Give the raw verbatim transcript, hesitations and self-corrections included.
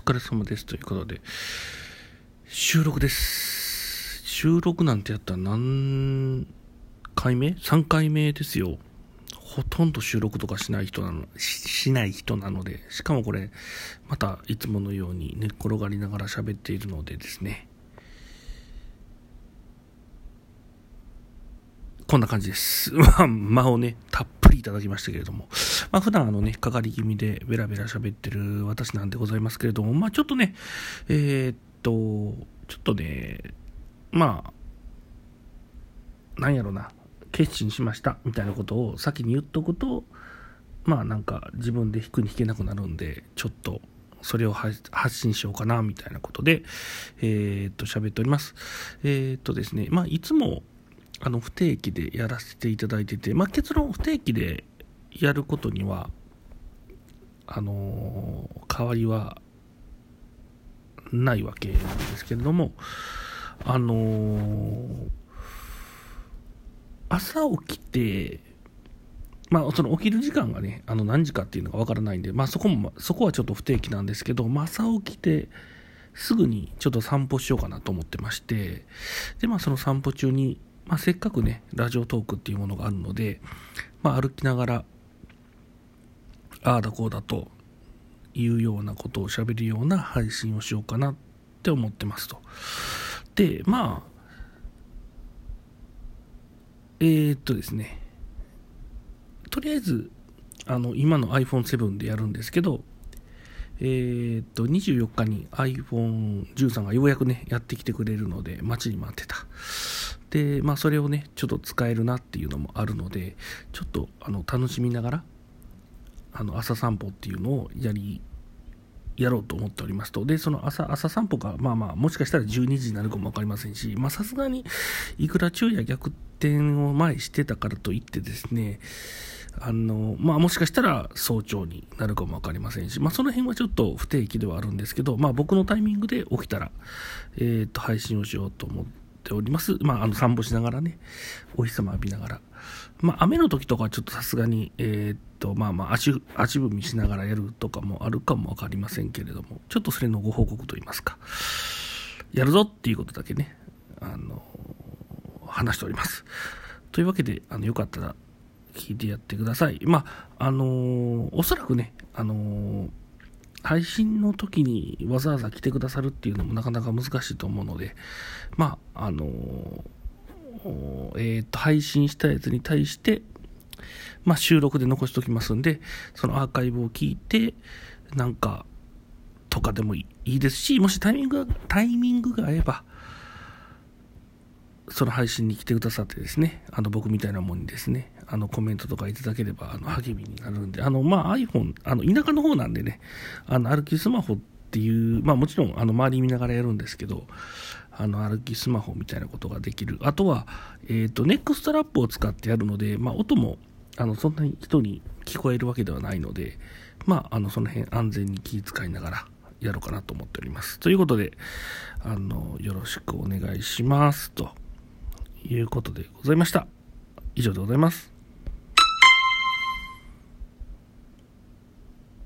疲れ様ですということで収録です。収録なんてやったら何回目 ?さん 回目ですよ。ほとんど収録とかしない人なの し, しない人なので、しかもこれまたいつものように寝っ転がりながら喋っているのでですね、こんな感じです。まあ、間をね、たっぷりいただきましたけれども、まあ、普段あのね、かかり気味でベラベラ喋ってる私なんでございますけれども、まあ、ちょっとね、えー、っと、ちょっとね、まあ、なんやろな、決心しましたみたいなことを先に言っとくと、まあなんか自分で弾くに弾けなくなるんで、ちょっとそれを発信しようかなみたいなことで、えー、っと、喋っております。えー、っとですね、まあ、いつも、あの不定期でやらせていただいてて、まあ、結論不定期でやることにはあのー、変わりはないわけなんですけれども、あのー、朝起きて、まあ、その起きる時間がね、あの何時かっていうのがわからないんで、まあ、そこもそこはちょっと不定期なんですけど、まあ、朝起きてすぐにちょっと散歩しようかなと思ってまして、で、まあ、その散歩中にまあ、せっかくねラジオトークっていうものがあるので、まあ、歩きながらああだこうだというようなことを喋るような配信をしようかなって思ってますと。で、まあえー、っとですねとりあえずあの今の アイフォンセブン でやるんですけど、えー、っとにじゅうよっかに アイフォンじゅうさん がようやくねやってきてくれるので待ちに待ってた。で、まあ、それをねちょっと使えるなっていうのもあるので、ちょっとあの楽しみながらあの朝散歩っていうのをやりやろうと思っておりますと。で、その朝朝散歩がまあまあもしかしたらじゅうにじになるかも分かりませんし、まあさすがにいくら昼夜逆転を前してたからといってですね、あのまあもしかしたら早朝になるかも分かりませんし、まあその辺はちょっと不定期ではあるんですけど、まあ僕のタイミングで起きたらえー、っと配信をしようと思ってております。まあ、あの散歩しながらね、お日様浴びながら、まあ、雨の時とかはちょっとさすがに、えー、っと、まあまあ足、足踏みしながらやるとかもあるかもわかりませんけれども、ちょっとそれのご報告といいますか、やるぞっていうことだけね、あの、話しております。というわけで、あの、よかったら聞いてやってください。まあ、あのー、おそらくね、あのー、配信の時にわざわざ来てくださるっていうのもなかなか難しいと思うので、まあ、あのー、えー、と、配信したやつに対して、まあ、収録で残しておきますんで、そのアーカイブを聞いて、なんか、とかでもいいですし、もしタイミングが、タイミングが合えば、その配信に来てくださってですね、あの僕みたいなもんにですね、あのコメントとかいただければあの励みになるんで、あのまあ iPhone、あの田舎の方なんでね、あの歩きスマホっていう、まあもちろんあの周り見ながらやるんですけど、あの歩きスマホみたいなことができる。あとは、えっと、ネックストラップを使ってやるので、まあ音もあのそんなに人に聞こえるわけではないので、まああのその辺安全に気遣いながらやろうかなと思っております。ということで、あのよろしくお願いしますということでございました。以上でございます。